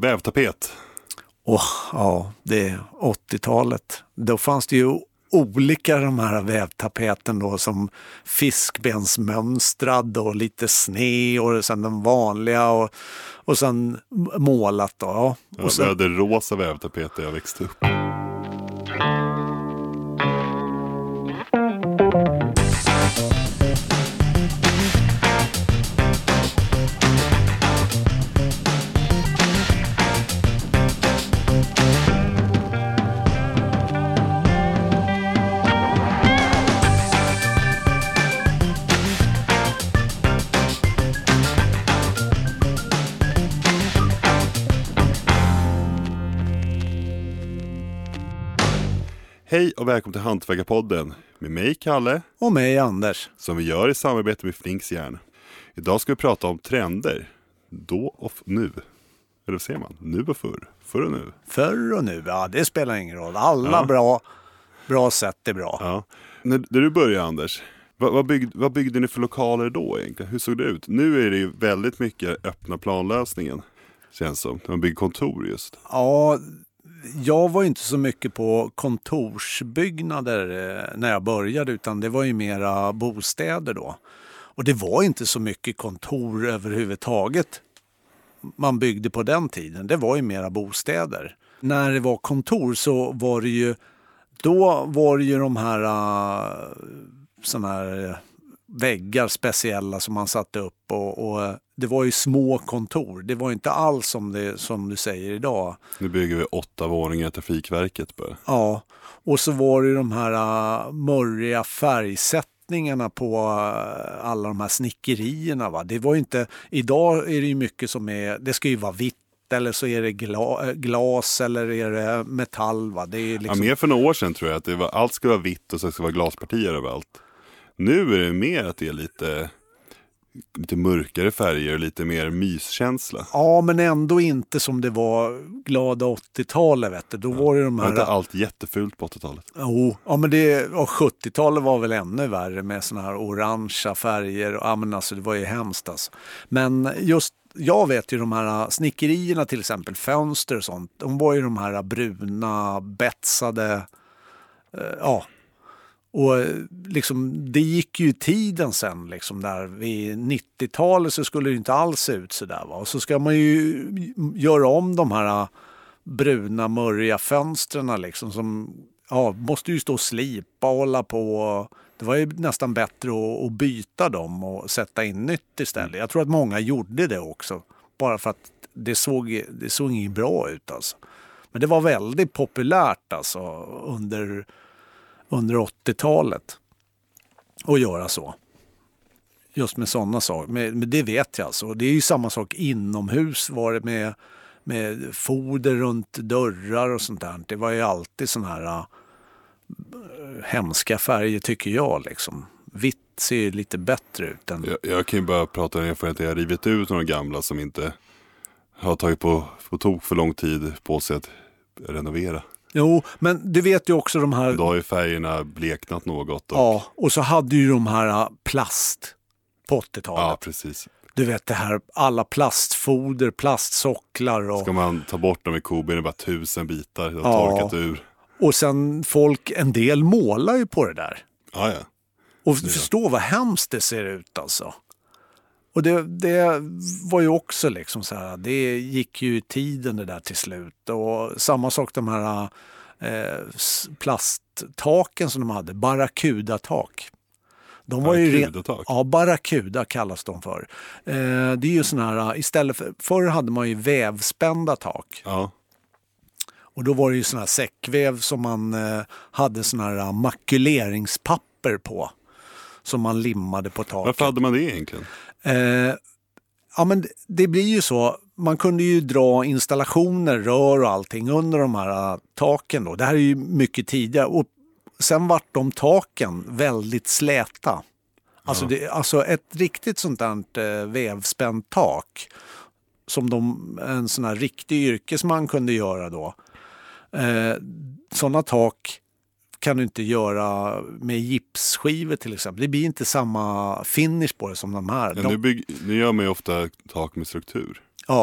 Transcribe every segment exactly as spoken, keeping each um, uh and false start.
Vävtapet. Och ja, det är åttiotalet. Då fanns det ju olika de här vävtapeten då, som fiskbensmönstrad och lite sne och sen den vanliga och, och sen målat då. Ja. Ja, och sen, vi hade rosa vävtapet där jag växte upp. Hej och välkommen till Hantverkarpodden med mig Kalle och mig Anders. Som vi gör i samarbete med Flinksjärn. Idag ska vi prata om trender. Då och nu. Eller vad säger man? Nu och förr. Förr och nu. Förr och nu, ja det spelar ingen roll. Alla ja. bra, bra sätt är bra. Ja. När, när du började Anders, vad, vad, byggde, vad byggde ni för lokaler då egentligen? Hur såg det ut? Nu är det ju väldigt mycket öppna planlösningen. Känns som. Man bygger kontor just. Ja, jag var inte så mycket på kontorsbyggnader när jag började, utan det var ju mera bostäder då. Och det var inte så mycket kontor överhuvudtaget man byggde på den tiden. Det var ju mera bostäder. När det var kontor så var det ju, då var det ju de här såna här väggar speciella som man satte upp och, och det var ju små kontor. Det var inte alls som, det, som du säger idag. Nu bygger vi åtta våningar i Trafikverket bara. Ja, och så var det de här uh, mörriga färgsättningarna på uh, alla de här snickerierna. Va? Det var ju inte, idag är det ju mycket som är, det ska ju vara vitt eller så är det gla, glas eller är det metall. Va? Det är liksom... Ja, mer för några år sedan tror jag att det var, allt ska vara vitt och så ska det vara glaspartier överallt. Nu är det mer att det är lite, lite mörkare färger och lite mer myskänsla. Ja, men ändå inte som det var glada åttiotalet, vet du. Då ja. var det de här... Var inte allt jättefult på åttiotalet? Jo, ja, men det, och sjuttiotalet var väl ännu värre med såna här orangea färger. Ja, men alltså det var ju hemskt alltså. Men just, jag vet ju de här snickerierna till exempel, fönster och sånt. De var ju de här bruna, betsade, eh, ja... Och liksom, det gick ju tiden sen liksom där vid nittiotalet så skulle det inte alls se ut så där, va? Och så ska man ju göra om de här bruna mörja fönstren liksom som ja, måste ju stå och slipa och hålla på. Det var ju nästan bättre att, att byta dem och sätta in nytt istället. Jag tror att många gjorde det också bara för att det såg, det såg inget bra ut alltså. Men det var väldigt populärt alltså under under åttiotalet att göra så. Just med sådana saker. Men, men det vet jag alltså. Det är ju samma sak inomhus var det med, med foder runt dörrar och sånt där. Det var ju alltid sådana här äh, hemska färger tycker jag liksom. Vitt ser ju lite bättre ut än... Jag, jag kan ju bara prata om erfarenhet att jag har rivit ut några gamla som inte har tagit på, på tok för lång tid på sig att renovera. Jo, men du vet ju också de här... Då har ju färgerna bleknat något. Och... Ja, och så hade ju de här plast på åttiotalet. Ja, precis. Du vet det här, alla plastfoder, plastsocklar. Och... Ska man ta bort dem i koben, det är bara tusen bitar. Det har ja. torkat ur. Och sen folk, en del målar ju på det där. Ja, ja. Och förstå vad hemskt det ser ut alltså. Och det, det var ju också liksom så här, det gick ju i tiden det där till slut. Och samma sak de här eh, plasttaken som de hade, barracuda-tak. De var ju Barracuda-tak? Ja, barracuda kallas de för. Eh, det är ju sån här, istället för, förr hade man ju vävspända tak. Ja. Och då var det ju sån här säckväv som man eh, hade sån här makuleringspapper på. Som man limmade på taket. Varför hade man det egentligen? Eh, ja men det blir ju så, man kunde ju dra installationer, rör och allting under de här uh, taken då. Det här är ju mycket tidigare och sen vart de taken väldigt släta. Alltså, det, alltså ett riktigt sånt där uh, vävspänt tak som de, en sån här riktig yrkesman kunde göra då. Eh, sådana tak kan du inte göra med gipsskivor till exempel. Det blir inte samma finish på det som de här. Ja, de... nu, bygg, nu gör man ju ofta tak med struktur. Ja,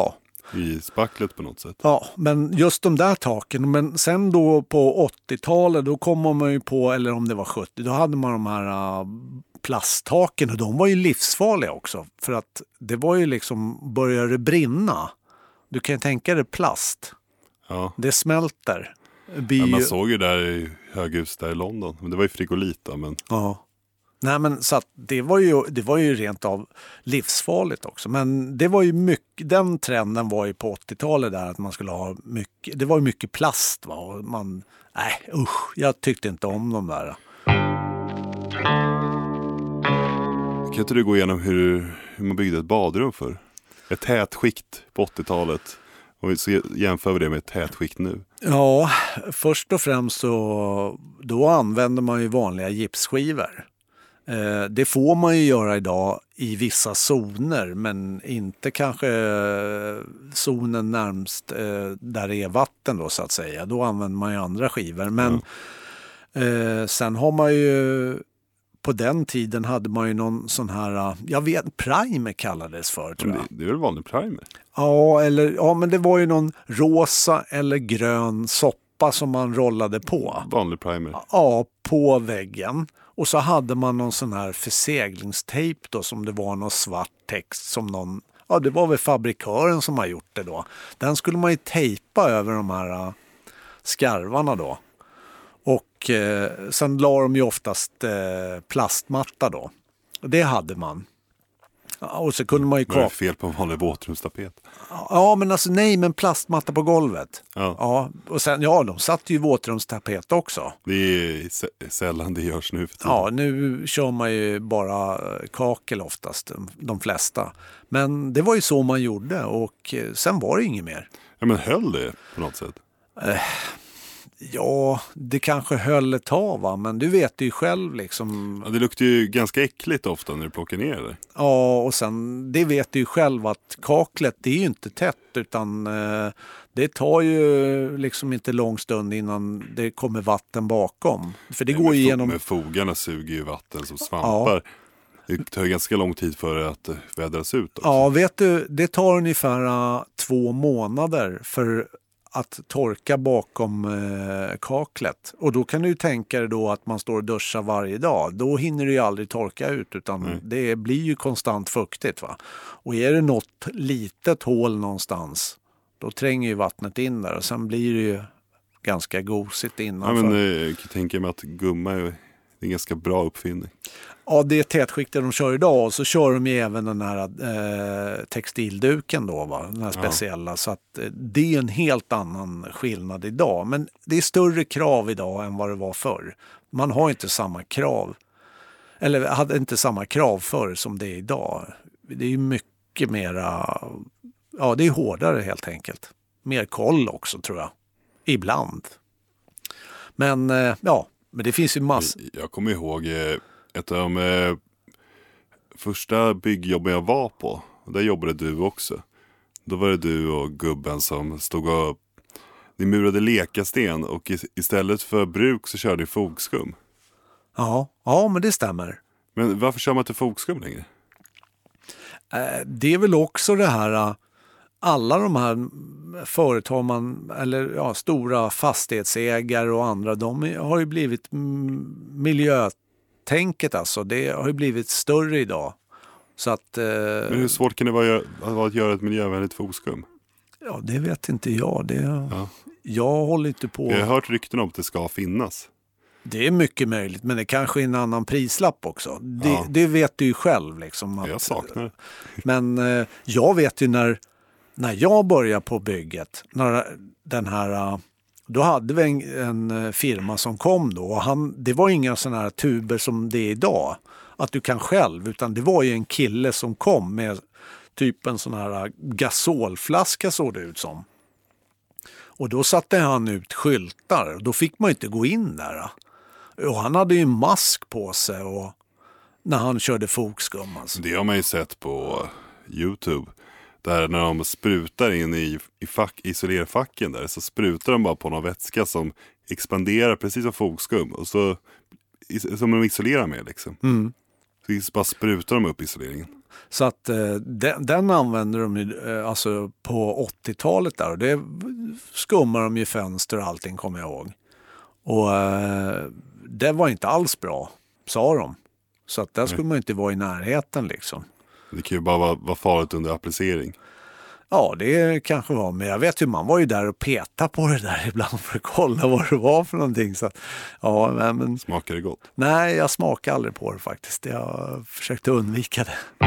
i spacklet på något sätt. Ja, men just de där taken. Men sen då på åttiotalet, då kommer man ju på, eller om det var sjuttio, då hade man de här uh, plasttaken och de var ju livsfarliga också. För att det var ju liksom, började brinna. Du kan ju tänka dig plast. Ja. Det smälter. Bi- ja, man såg ju där i höghus där i London. Men det var ju frigolit då, men... Ja. Nej, men så att det var ju det var ju rent av livsfarligt också. Men det var ju mycket, den trenden var ju på åttiotalet där att man skulle ha mycket, det var ju mycket plast va, och man nej usch, jag tyckte inte om dem där. Kan inte du gå igenom hur, hur man byggde ett badrum för? Ett tätskikt på åttiotalet. Och så jämför vi det med ett tätskikt nu. Ja, först och främst så då använder man ju vanliga gipsskivor. Eh, det får man ju göra idag i vissa zoner, men inte kanske zonen närmst eh, där det är vatten då så att säga. Då använder man ju andra skivor. Men ja. eh, sen har man ju, på den tiden hade man ju någon sån här, jag vet, primer kallades för tror jag. Det, det är väl vanlig primer? Ja, eller, ja, men det var ju någon rosa eller grön soppa som man rollade på. Vanlig primer? Ja, på väggen. Och så hade man någon sån här förseglingstejp då som det var någon svart text som någon, ja det var väl fabrikören som har gjort det då. Den skulle man ju tejpa över de här uh, skarvarna då. Och eh, sen la de ju oftast eh, plastmatta då. Och det hade man. Ja, och så kunde man ju kapa. Det är fel på en vanlig våtrumstapet. Ja, men alltså nej, men plastmatta på golvet. Ja. Ja, och sen, ja, de satt ju våtrumstapet också. Det är sällan det görs nu för tiden. Ja, nu kör man ju bara kakel oftast, de flesta. Men det var ju så man gjorde och sen var det inget mer. Ja, men höll det på något sätt? Eh, ja, det kanske höll ett tag va, men du vet ju själv liksom. Ja, det luktar ju ganska äckligt ofta när du plockar ner det. Ja, och sen det vet du ju själv att kaklet det är ju inte tätt utan eh, det tar ju liksom inte lång stund innan det kommer vatten bakom. För det Nej, går ju igenom. Men fogarna suger ju vatten som svampar. Ja. Det tar ganska lång tid för att vädras ut också. Ja, vet du, det tar ungefär uh, två månader för att torka bakom eh, kaklet. Och då kan du ju tänka dig då att man står och duschar varje dag. Då hinner det ju aldrig torka ut utan mm. det blir ju konstant fuktigt va. Och är det något litet hål någonstans då tränger ju vattnet in där och sen blir det ju ganska gosigt innanför. Ja, men eh, jag kan tänka mig att gumma är en ganska bra uppfinning. Ja, det är tätskiktet de kör idag och så kör de ju även den här eh, textilduken då va, den här speciella. Ja. Så att eh, det är en helt annan skillnad idag. Men det är större krav idag än vad det var förr. Man har inte samma krav, eller hade inte samma krav förr som det är idag. Det är ju mycket mera, ja det är hårdare helt enkelt. Mer koll också tror jag, ibland. Men eh, ja, men det finns ju massor. Jag kommer ihåg eh... ett av de eh, första byggjobben jag var på, där jobbade du också. Då var det du och gubben som stod och ni murade lekasten och istället för bruk så körde ni fogskum. Ja, ja men det stämmer. Men varför kör man inte fogskum längre? Eh, det är väl också det här, alla de här företag man, eller ja, stora fastighetsägare och andra, de har ju blivit miljö tänket alltså, det har ju blivit större idag. Så att, eh, Men hur svårt kan det vara, vara att göra ett miljövänligt fogskum? Ja, det vet inte jag. Det, ja. Jag håller inte på. Jag har hört rykten om att det ska finnas. Det är mycket möjligt, men det kanske är en annan prislapp också. Det, ja. det vet du ju själv. Liksom, att, jag saknar. Men eh, jag vet ju när, när jag började på bygget, när den här... Då hade vi en, en firma som kom då och han, det var inga sådana här tuber som det är idag. Att du kan själv, utan det var ju en kille som kom med typ en sån här gasolflaska såg det ut som. Och då satte han ut skyltar och då fick man inte gå in där. Och han hade ju en mask på sig och när han körde fogskum. Alltså. Det har man ju sett på YouTube. Där när de sprutar in i, i fack, isolerfacken där så sprutar de bara på någon vätska som expanderar precis som fogskum. Och så, som de isolerar med liksom. Mm. Så bara sprutar de upp isoleringen. Så att eh, den, den använder de ju eh, alltså på åttiotalet där och det skummar de ju fönster och allting kommer jag ihåg. Och eh, det var inte alls bra, sa de. Så att där skulle man inte vara i närheten liksom. Det kan ju bara vara, vara farligt under applicering. Ja, det kanske var. Men jag vet ju, man var ju där och petade på det där ibland för att kolla vad det var för någonting. Så att, ja, men, men... Smakar det gott? Nej, jag smakade aldrig på det faktiskt. Jag försökte undvika det.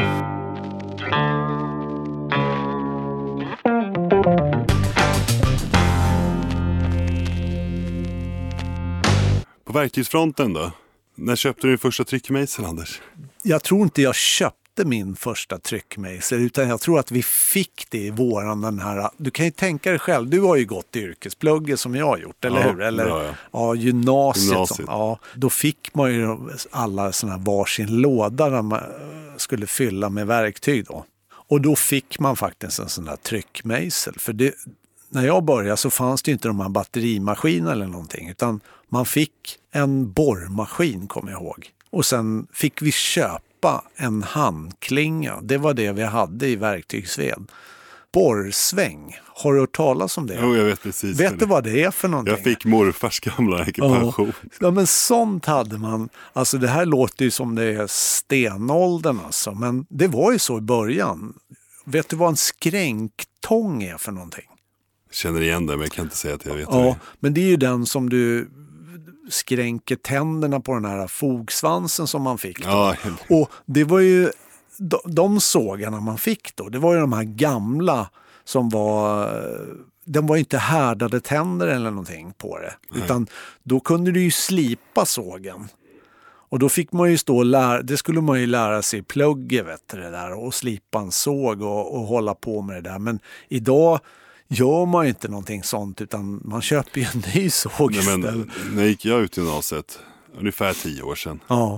På verktygsfronten då? När köpte du din första tryckmejsel, Anders? Jag tror inte jag köpte min första tryckmejsel utan jag tror att vi fick det i våran den här. Du kan ju tänka dig själv, du har ju gått yrkesplugget som jag har gjort, eller ja, hur? Eller ja, ja. ja, gymnasiet. gymnasiet. Som, ja, då fick man ju alla såna här varsin låda där man skulle fylla med verktyg då. Och då fick man faktiskt en sån här tryckmejsel. För det, när jag började så fanns det inte de här batterimaskiner eller någonting utan man fick en borrmaskin, kommer jag ihåg. Och sen fick vi köpa en handklinga. Det var det vi hade i verktygsved. Borrsväng. Har du hört talas om det? Jo, jag vet precis. Vet du vad det är för någonting? Jag fick morfars gamla ekipation. Ja. ja, men sånt hade man. Alltså det här låter ju som det är stenåldern alltså. Men det var ju så i början. Vet du vad en skränktång är för någonting? Jag känner igen det, men jag kan inte säga att jag vet ja, det. Men det är ju den som du skränker tänderna på den här fogsvansen som man fick. Ja. Och det var ju de, de sågarna man fick då. Det var ju de här gamla som var, den var inte härdade tänder eller någonting på det. Nej. Utan då kunde du ju slipa sågen. Och då fick man ju stå och lära, det skulle man ju lära sig i plugget, vet du, det där, och slipa en såg och, och hålla på med det där. Men idag gör man ju inte någonting sånt utan man köper ju en ny såg. Nej, men när gick jag ut i gymnasiet? Ungefär tio år sedan. Ja.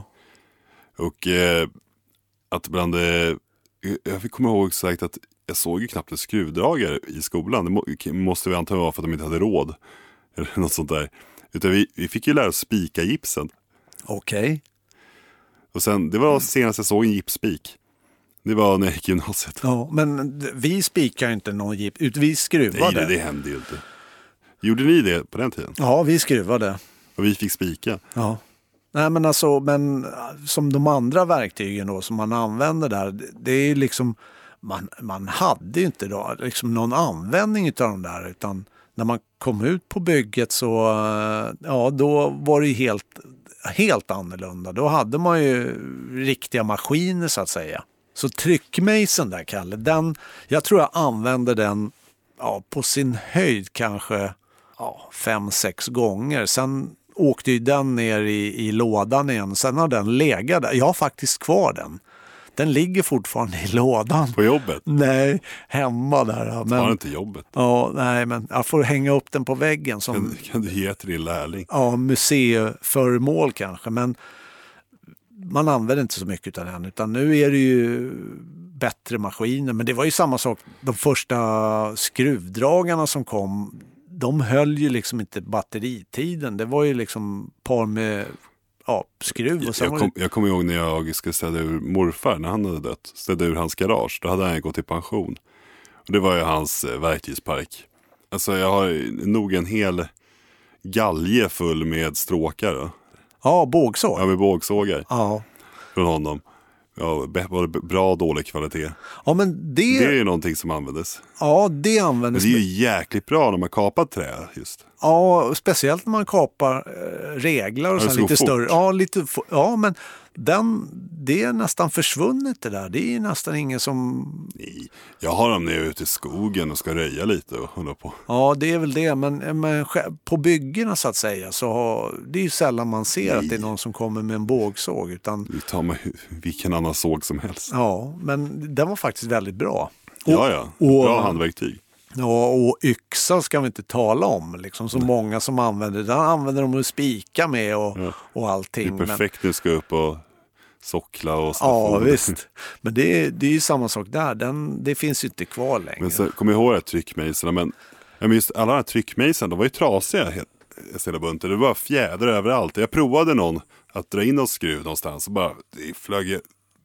Och eh, att bland det, jag fick komma ihåg sagt att jag såg ju knappt en skruvdragare i skolan. Det må, måste vi anta vara för att de inte hade råd. Eller något sånt där. Utan vi, vi fick ju lära oss spika gipsen. Okej. Okay. Och sen, det var senast jag såg en gipsspik. Det var när jag gick i gymnasiet. Ja, men vi spikar inte någon gips, utan vi skruvade. Nej, det, det hände ju inte. Gjorde ni det på den tiden? Ja, vi skruvade. Och vi fick spika? Ja. Nej, men alltså, men som de andra verktygen då som man använder där, det är ju liksom, man, man hade ju inte då liksom någon användning av de där, utan när man kom ut på bygget så, ja, då var det ju helt, helt annorlunda. Då hade man ju riktiga maskiner så att säga. Så tryckmejseln där, Kalle, den, jag tror jag använde den ja, på sin höjd kanske ja, fem, sex gånger. Sen åkte ju den ner i, i lådan igen. Sen har den legat där. Jag har faktiskt kvar den. Den ligger fortfarande i lådan. På jobbet? Nej, hemma där. Men, har inte jobbet? Ja, nej, men jag får hänga upp den på väggen. Som, kan, kan du ge till din lärling? Ja, museiföremål kanske, men man använder inte så mycket av den, utan nu är det ju bättre maskiner. Men det var ju samma sak, de första skruvdragarna som kom, de höll ju liksom inte batteritiden. Det var ju liksom par med ja, skruv. Och sen jag, kom, jag kommer ihåg när jag skulle städa ur morfar, när han hade dött, städa ur hans garage. Då hade han gått i pension. Och det var ju hans verktygspark. Alltså jag har nog en hel galge full med stråkar. Ja, bågsåg. Ja, med bågsågar. Ja. Från honom. Ja, var det bra och dålig kvalitet. Ja, men det... det är ju någonting som användes. Ja, det användes. Men det är ju jäkligt bra när man kapar trä just. Ja, speciellt när man kapar eh, reglar och ja, så lite fort. större. Ja, lite ja, men den, det är nästan försvunnet det där. Det är nästan ingen som... Nej, jag har dem när jag är ute i skogen och ska röja lite och hålla på. Ja, det är väl det. Men, men på byggena så att säga så har, det är ju sällan man ser Nej. Att det är någon som kommer med en bågsåg. Utan... Du tar med vilken annan såg som helst. Ja, men den var faktiskt väldigt bra. Och, ja, ja. Bra och, handverktyg. Ja, och yxa ska vi inte tala om. Liksom, så många som använder den använder de att spika med och, ja. och allting. Det är perfekt när du ska upp och sockla och ja, visst. Men det är, det är ju samma sak där. Den, det finns ju inte kvar längre. Men så kommer jag ihåg att tryckmejslarna, men, men just alla de här tryckmejslarna, de var ju trasiga hela bunten. Det var fjäder överallt. Jag provade någon att dra in någon skruv någonstans och bara, det flög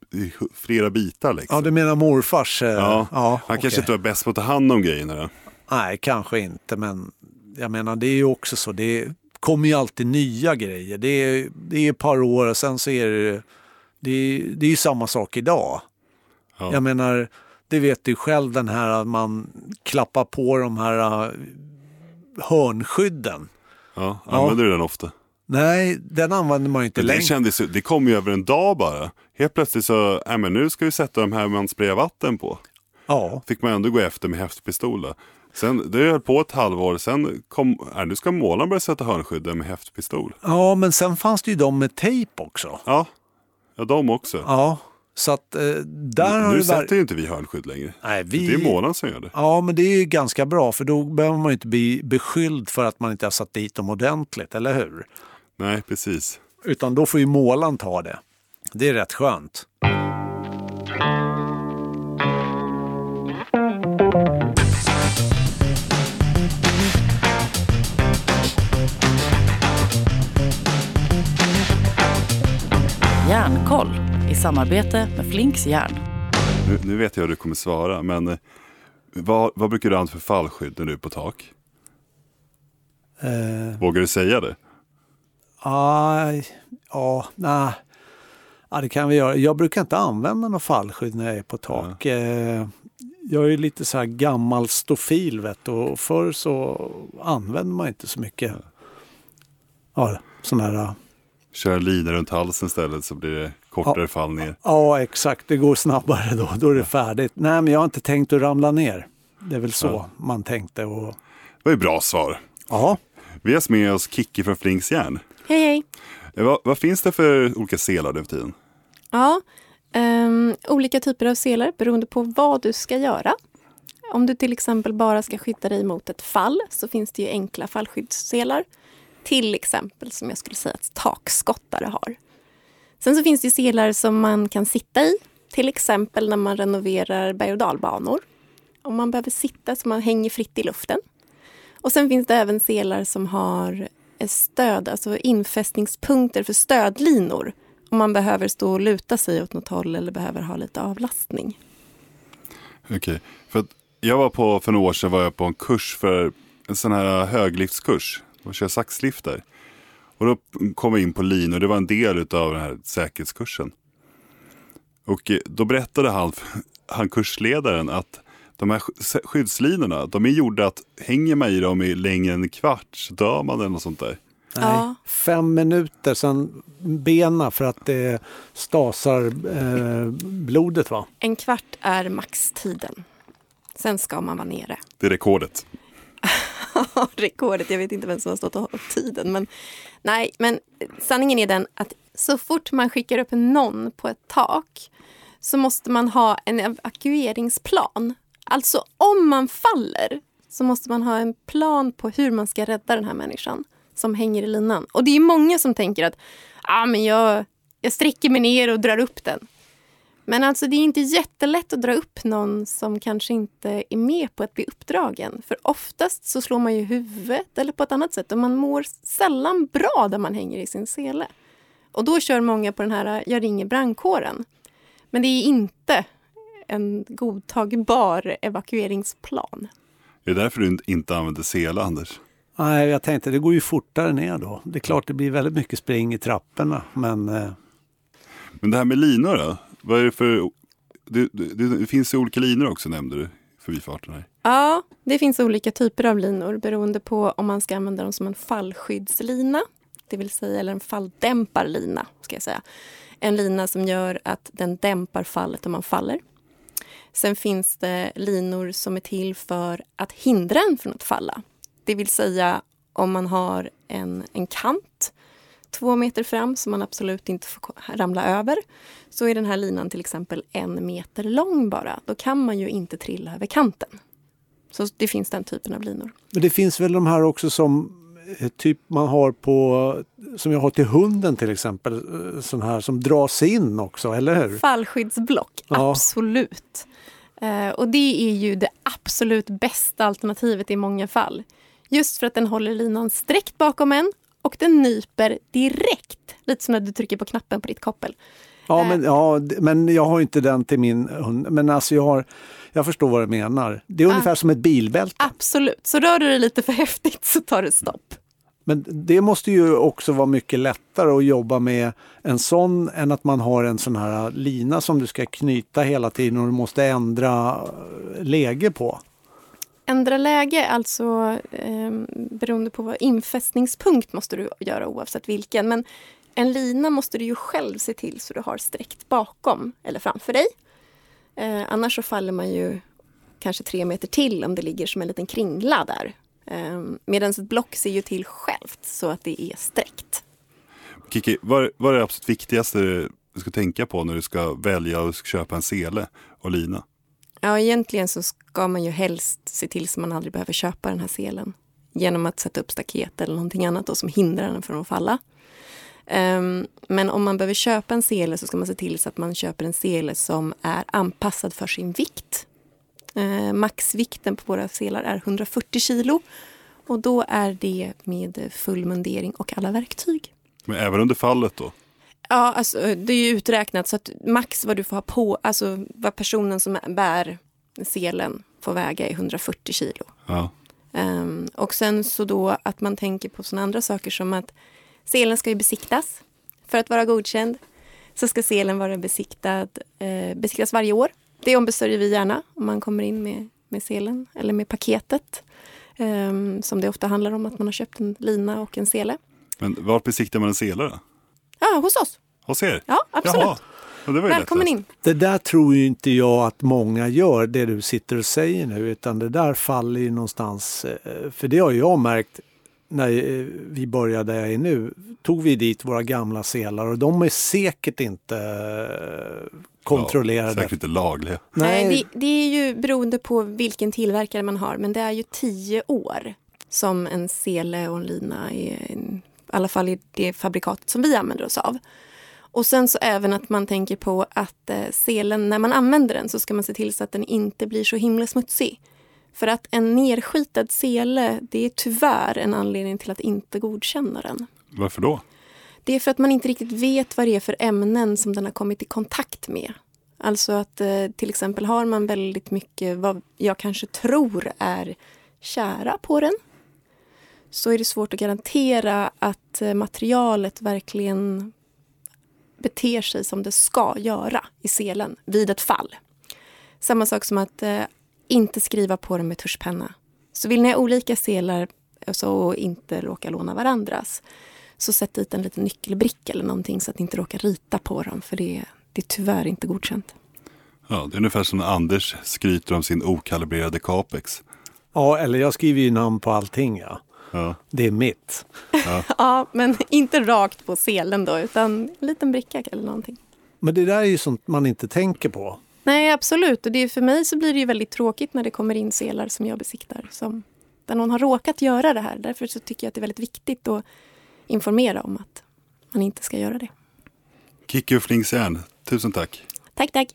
i flera bitar liksom. Ja, du menar morfars? Ja, ja han okay. kanske inte var bäst på att ta hand om grejerna då. Nej, kanske inte, men jag menar det är ju också så, det kommer ju alltid nya grejer. Det är, det är ett par år och sen så är det, det är, det är ju samma sak idag. Ja. Jag menar, det vet du själv, den här att man klappar på de här hörnskydden. Ja, använder ja. du den ofta? Nej, den använder man ju inte längre. Det kändes, det kom ju över en dag bara. Helt plötsligt så, äh, men nu ska vi sätta de här man sprayar vatten på. Ja. Fick man ändå gå efter med häftpistol då. Sen, det höll på ett halvår, sen kom, äh, nu ska målaren börja sätta hörnskydden med häftpistol. Ja, men sen fanns det ju de med tejp också. Ja, ja de också. Ja, så att eh, där nu har nu det var... sätter ju inte vi hörnskydd längre. Nej, vi... Det är målaren som gör det. Ja, men det är ju ganska bra, för då behöver man ju inte bli beskylld för att man inte har satt dit dem ordentligt, eller hur? Nej, precis. Utan då får ju målaren ta det. Det är rätt skönt. Järnkoll i samarbete med Flinks järn. Nu, nu vet jag hur du kommer svara, men eh, vad, vad brukar du använda för fallskydd när du är på tak? Eh... Vågar du säga det? Aj, ja, nej. Ja, det kan vi göra. Jag brukar inte använda någon fallskydd när jag är på tak. Ja. Jag är lite så här gammal stofil, vet du, och förr så använder man inte så mycket. Ja, sån här... Kör linor runt halsen istället så blir det kortare ja, fall ner. Ja, exakt. Det går snabbare då. Då är det färdigt. Nej, men jag har inte tänkt att ramla ner. Det är väl så ja. man tänkte. Och... Det var ju bra svar. Ja. Vi har med oss Kikki från Flinks järn. Hej, hej. Vad, vad finns det för olika selar nu för tiden? Ja, um, olika typer av selar beroende på vad du ska göra. Om du till exempel bara ska skydda dig mot ett fall så finns det ju enkla fallskyddsselar. Till exempel som jag skulle säga att takskottare har. Sen så finns det selar som man kan sitta i. Till exempel när man renoverar berg- och dalbanor. Om man behöver sitta så man hänger fritt i luften. Och sen finns det även selar som har stöd, alltså infästningspunkter för stödlinor. Om man behöver stå och luta sig åt något håll eller behöver ha lite avlastning. Okej, okay. För att jag var på, för några år sedan var jag på en kurs för en sån här högliftkurs. Och kör saxliftar. Och då kom jag in på lin och det var en del av den här säkerhetskursen. Och då berättade han, han kursledaren att de här skyddslinorna, de är gjorda att hänger man i dem i längre än en kvart så dör man eller något sånt där. Nej, ja. Fem minuter sen bena för att det stasar eh, blodet, va? En kvart är maxtiden. Sen ska man vara nere. Det är rekordet. Rekordet, jag vet inte vem som har stått och hållit tiden. Men, nej, men sanningen är den att så fort man skickar upp någon på ett tak så måste man ha en evakueringsplan. Alltså om man faller så måste man ha en plan på hur man ska rädda den här människan som hänger i linan. Och det är många som tänker att ah, men jag, jag sträcker mig ner och drar upp den. Men alltså det är inte jättelätt att dra upp någon som kanske inte är med på att bli uppdragen. För oftast så slår man ju huvudet eller på ett annat sätt. Och man mår sällan bra där man hänger i sin sele. Och då kör många på den här, jag ringer brandkåren. Men det är inte en godtagbar evakueringsplan. Är det därför du inte använder sele, Anders? Nej, jag tänkte det går ju fortare ner då. Det är klart det blir väldigt mycket spring i trapporna. Men, eh... men det här med linor då? Vad är det för... Det, det, det finns ju olika linor också, nämnde du, förbifarten här. Ja, det finns olika typer av linor beroende på om man ska använda dem som en fallskyddslina. Det vill säga, eller en falldämparlina, ska jag säga. En lina som gör att den dämpar fallet om man faller. Sen finns det linor som är till för att hindra en från att falla. Det vill säga, om man har en, en kant två meter fram som man absolut inte får ramla över, så är den här linan till exempel en meter lång bara. Då kan man ju inte trilla över kanten. Så det finns den typen av linor. Men det finns väl de här också som typ man har på, som jag har till hunden till exempel, sån här som dras in också, eller hur? Fallskyddsblock, ja. Absolut. Uh, och det är ju det absolut bästa alternativet i många fall. Just för att den håller linan sträckt bakom en och den nyper direkt. Lite som när du trycker på knappen på ditt koppel. Ja, men, ja, d- men jag har inte den till min hund. Men alltså jag, har, jag förstår vad du menar. Det är Ah. ungefär som ett bilbälte. Absolut. Så rör du dig lite för häftigt så tar det stopp. Men det måste ju också vara mycket lättare att jobba med en sån än att man har en sån här lina som du ska knyta hela tiden och du måste ändra läge på. Ändra läge, alltså eh, beroende på vad infästningspunkt måste du göra oavsett vilken. Men en lina måste du ju själv se till så du har sträckt bakom eller framför dig. Eh, annars så faller man ju kanske tre meter till om det ligger som en liten kringla där. Eh, Medan ett block ser ju till självt så att det är sträckt. Kiki, vad, vad är det absolut viktigaste du ska tänka på när du ska välja och köpa en sele och lina? Ja, egentligen så ska man ju helst se till så man aldrig behöver köpa den här selen. Genom att sätta upp staket eller någonting annat då som hindrar den från att falla. Um, men om man behöver köpa en sele så ska man se till så att man köper en sele som är anpassad för sin vikt. Uh, maxvikten på våra selar är hundrafyrtio kilo. Och då är det med full mundering och alla verktyg. Men även under fallet då? Ja, alltså det är ju uträknat så att max vad du får ha på, alltså vad personen som bär selen får väga är hundrafyrtio kilo. Ja. Um, och sen så då att man tänker på sådana andra saker som att selen ska ju besiktas. För att vara godkänd så ska selen vara besiktad, eh, besiktas varje år. Det ombesörjer vi gärna om man kommer in med, med selen eller med paketet. Um, som det ofta handlar om att man har köpt en lina och en sele. Men var besiktar man en sele då? Ja, hos oss. Hos er? Ja, absolut. Jaha. Ja, det var ju Välkommen lättast. in. Det där tror ju inte jag att många gör, det du sitter och säger nu, utan det där faller ju någonstans, eh, för det har jag märkt när eh, vi började där jag är nu, tog vi dit våra gamla selar och de är säkert inte eh, kontrollerade. Ja, säkert inte lagliga. Nej, det, det är ju beroende på vilken tillverkare man har, men det är ju tio år som en sele och en lina är, i alla fall i det fabrikatet som vi använder oss av. Och sen så även att man tänker på att eh, selen, när man använder den så ska man se till så att den inte blir så himla smutsig. För att en nerskitad sele, det är tyvärr en anledning till att inte godkänna den. Varför då? Det är för att man inte riktigt vet vad det är för ämnen som den har kommit i kontakt med. Alltså att eh, till exempel har man väldigt mycket vad jag kanske tror är tjära på den. Så är det svårt att garantera att eh, materialet verkligen beter sig som det ska göra i selen vid ett fall. Samma sak som att eh, inte skriva på den med tuschpenna. Så vill ni ha olika selar alltså, och inte råka låna varandras, så sätt dit en liten nyckelbricka eller någonting så att ni inte råkar rita på dem, för det, det är tyvärr inte godkänt. Ja, det är ungefär som när Anders skryter om sin okalibrerade Capex. Ja, eller jag skriver ju namn på allting, ja. Ja. Det är mitt. Ja. Ja, men inte rakt på selen då, utan en liten bricka eller någonting. Men det där är ju sånt man inte tänker på. Nej, absolut. Och det är, för mig så blir det ju väldigt tråkigt när det kommer in selar som jag besiktar. Som, där någon har råkat göra det här. Därför så tycker jag att det är väldigt viktigt att informera om att man inte ska göra det. Kiki och Flingsjärn, tusen tack. Tack, tack.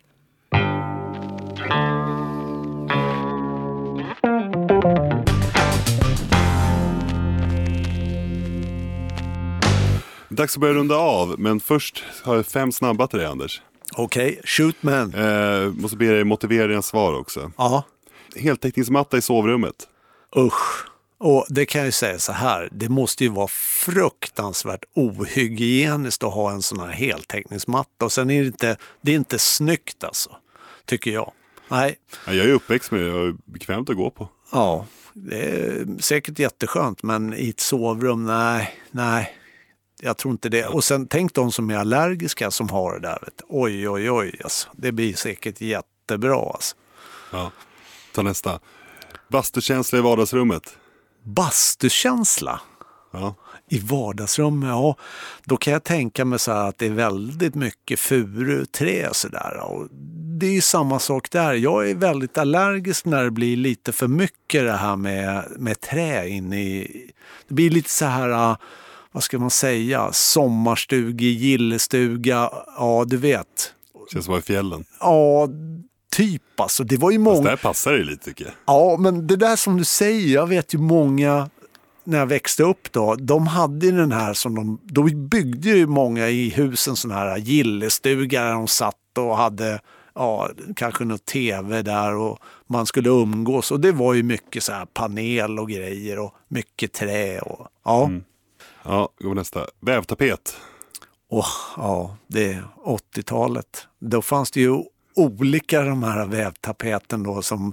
Dags att börja runda av, men först har jag fem snabba till dig, Anders. Okej, okay, shoot man. Eh, måste be dig motivera dina svar också. Ja. Heltäckningsmatta i sovrummet. Usch. Och det kan jag ju säga så här, det måste ju vara fruktansvärt ohygieniskt att ha en sån här heltäckningsmatta. Och sen är det inte, det är inte snyggt alltså, tycker jag. Nej. Ja, jag är uppväxt med det, jag är bekvämt att gå på. Ja, det är säkert jätteskönt, men i ett sovrum, nej, nej. Jag tror inte det. Och sen tänk de som är allergiska som har det där. Vet. Oj, oj, oj. Alltså. Det blir säkert jättebra. Alltså. Ja, ta nästa. Bastukänsla i vardagsrummet. Bastukänsla? Ja. I vardagsrummet, ja. Då kan jag tänka mig så här att det är väldigt mycket furu, trä så där. Och det är ju samma sak där. Jag är väldigt allergisk när det blir lite för mycket det här med, med trä in i... Det blir lite så här... Vad ska man säga? Sommarstuga, gillestuga, ja du vet. Känns som i fjällen. Ja, typ alltså. Det var ju många... Fast där passar det lite tycker jag. Ja, men det där som du säger, jag vet ju många när jag växte upp då, de hade ju den här som de, då byggde ju många i husen sån här gillestuga där de satt och hade ja, kanske något tv där och man skulle umgås och det var ju mycket så här panel och grejer och mycket trä och ja. Mm. Ja, går nästa. Vävtapet. Och ja, det är åttiotalet. Då fanns det ju olika de här vävtapeten då som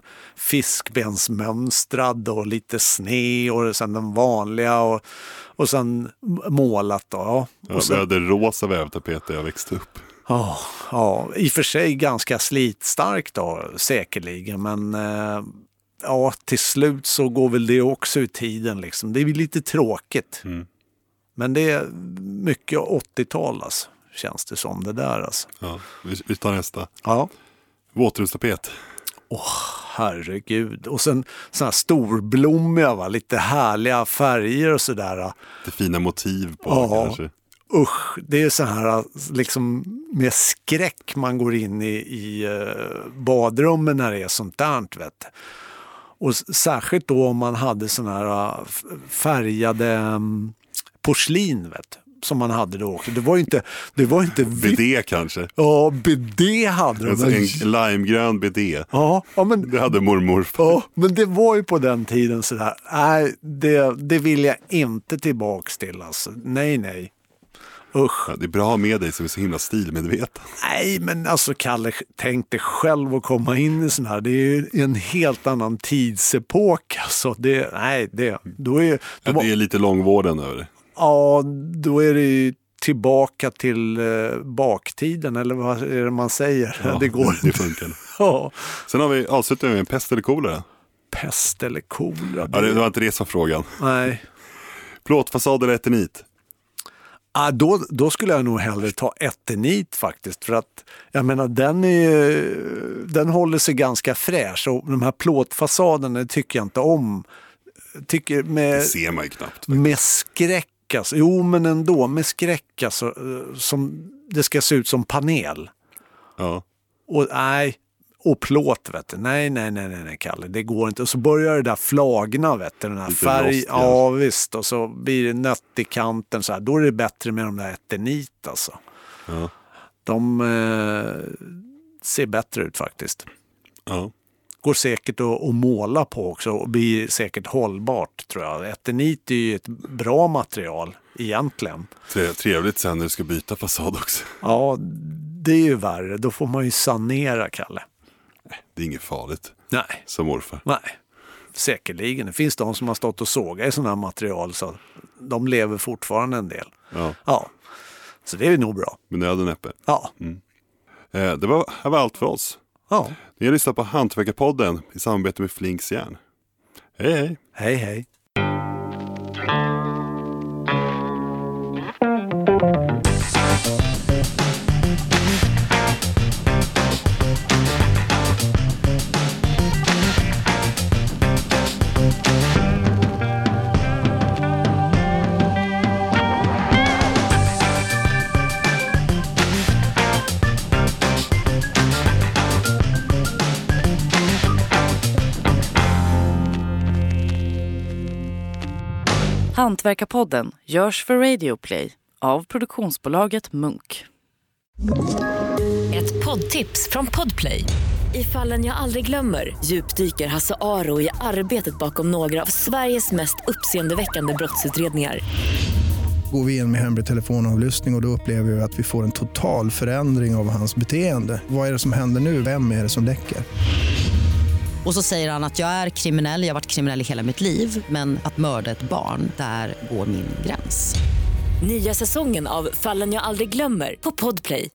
fiskbensmönstrad och lite sne och sen den vanliga och, och sen målat då. Ja. Ja, och sen, vi hade rosa vävtapet där jag växte upp. ja, ja, i och för sig ganska slitstarkt då säkerligen men eh, ja, till slut så går väl det också i tiden liksom. Det är lite tråkigt. Mm. Men det är mycket åttiotal alltså, känns det som det där alltså. Ja, vi, vi tar nästa. Ja. Våtrumstapet. Åh, oh, herregud. Och sen sådana här storblommiga, va? Lite härliga färger och sådär. Det fina motiv på ja. kanske. Usch, det är så här liksom med skräck man går in i, i badrummen när det är sånt där, vet du. Och särskilt då om man hade såna här färgade porslin, vet du. Som man hade då också. Det var ju inte... Det var inte bidé kanske. Ja, bidé hade de. Alltså en limegrön bidé. Ja, ja, men... Det hade mormor. Ja, men det var ju på den tiden sådär. Nej, det, det vill jag inte tillbaks till alltså. Nej, nej. Usch. Ja, det är bra att ha med dig som är så himla stilmedveten. Nej, men alltså Kalle, tänk dig själv att komma in i sån här. Det är ju en helt annan tidsepok. Alltså, det, nej, det, då är, då, ja, det är lite långvården över det. Ja, då är det ju tillbaka till eh, baktiden, eller vad är det man säger? Ja, det går det funkar. Ja. Sen har vi avslutat med en pest eller kolera. Pest eller kolera? Ja, det var inte det som frågan. Nej. Plåtfasad eller eternit? Ah, då, då skulle jag nog hellre ta eternit faktiskt, för att jag menar den, är, den håller sig ganska fräsch och de här plåtfasaderna tycker jag inte om. Tycker med, det ser man ju knappt. Faktiskt. Med skräck alltså. Jo, men ändå med skräck alltså, som det ska se ut som panel. Ja. Och nej, och plåt, vet du. Nej, nej, nej, nej, nej, Kalle, det går inte. Och så börjar det där flagna, vet du, den här lite färg. rost, ja, visst. Och så blir det nött i kanten så här. Då är det bättre med de där eternit alltså. Ja. De eh, ser bättre ut faktiskt. Ja. Går säkert att, att måla på också och blir säkert hållbart, tror jag. Eternit är ju ett bra material egentligen. Trevligt sen när du ska byta fasad också. Ja, det är ju värre. Då får man ju sanera, Kalle. Det är inget farligt. Nej. Som morfar. Nej, säkerligen. Det finns de som har stått och sågat i sådana här material, så de lever fortfarande en del. Ja. Ja. Så det är nog bra. Men nöden näppe. Ja. Mm. Eh, det var, här var allt för oss. Ja. Ni har lyssnat på Hantverkarpodden i samarbete med Flinks järn. Hej hej! Hej hej! Hantverkarpodden görs för Radio Play av produktionsbolaget Munk. Ett poddtips från Podplay. I Fallen jag aldrig glömmer djupdyker Hasse Aro i arbetet bakom några av Sveriges mest uppseendeväckande brottsutredningar. Går vi in med hemlig telefonavlyssning och, och då upplever vi att vi får en total förändring av hans beteende. Vad är det som händer nu? Vem är det som läcker? Och så säger han att jag är kriminell, jag har varit kriminell i hela mitt liv. Men att mörda ett barn, där går min gräns. Nya säsongen av Fallen jag aldrig glömmer på Podplay.